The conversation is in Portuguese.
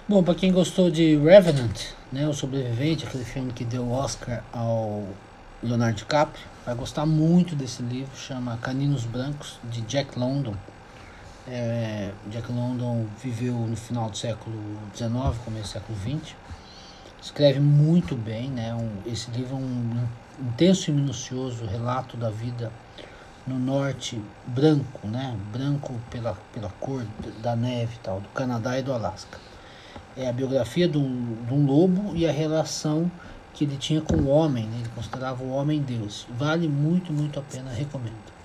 Bom, para quem gostou de Revenant, né, o Sobrevivente, aquele filme que deu Oscar ao Leonardo DiCaprio, vai gostar muito desse livro, chama Caninos Brancos, de Jack London. Jack London viveu no final do século XIX, começo do século XX. Escreve muito bem, né? Esse livro é um intenso e minucioso relato da vida no norte branco, né? Branco pela cor da neve e tal, do Canadá e do Alasca. É a biografia de um lobo e a relação que ele tinha com o homem, né? Ele considerava o homem Deus. Vale muito, muito a pena, recomendo.